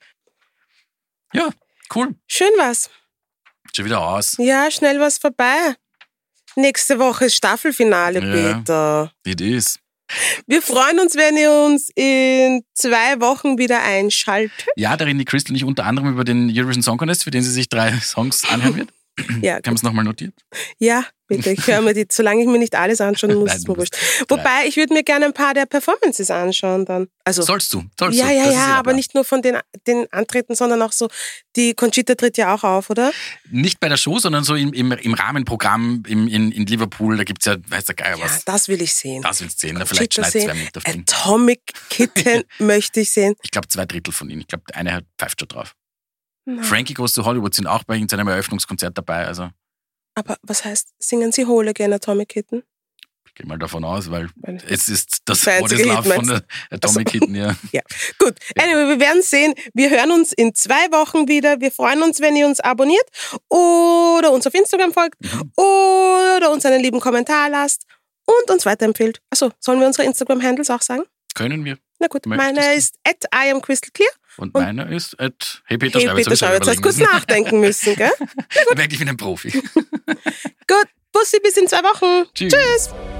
Ja, cool. Schön war's. Schon wieder aus. Ja, schnell was vorbei. Nächste Woche ist Staffelfinale, Ja. Peter. It is. Wir freuen uns, wenn ihr uns in zwei Wochen wieder einschaltet. Ja, da reden die Crystal nicht unter anderem über den Eurovision Song Contest, für den sie sich drei Songs anhören wird. Ja, Haben wir es nochmal notiert? ja, bitte. Ich höre mir die, solange ich mir nicht alles anschauen muss, Nein, ist du mir wurscht. musst- Wobei, ich würde mir gerne ein paar der Performances anschauen dann. Also, Sollst du, sollst ja, du. ja, Das ist ja, der aber Plan. nicht nur von den, den Antreten, sondern auch so, die Conchita tritt ja auch auf, oder? Nicht bei der Show, sondern so im, im, im Rahmenprogramm im, in, in Liverpool. Da gibt es ja, weiß der Geier Ja, was. das will ich sehen. Das willst du sehen. Na, vielleicht Conchita schneidet zwei sehen. mit auf den. Atomic Kitten möchte ich sehen. Ich glaube, zwei Drittel von ihnen. Ich glaube, eine hat pfeift schon drauf. Na, Frankie Goes to Hollywood sind auch bei irgendeinem Eröffnungskonzert dabei. Also aber was heißt, singen Sie Whole Again, Atomic Kitten? ich gehe mal davon aus, weil Weil- es ist das Das einzige What is Love Hit, von der Atomic Kitten, ja. Ja, gut. Anyway, wir werden sehen. Wir hören uns in zwei Wochen wieder. Wir freuen uns, wenn ihr uns abonniert oder uns auf Instagram folgt Mhm. oder uns einen lieben Kommentar lasst und uns weiterempfiehlt. Achso, sollen wir unsere Instagram-Handles auch sagen? Können wir. Na gut, Möchtest meiner du? ist at I am Crystal Clear. Und, Und- meiner ist at Hey Peter Hey, Schreiber. Peter Schreiber, jetzt hast du kurz nachdenken müssen, gell? Wirklich wie ein Profi. Gut, Bussi, bis in zwei Wochen. Tschüss. Tschüss.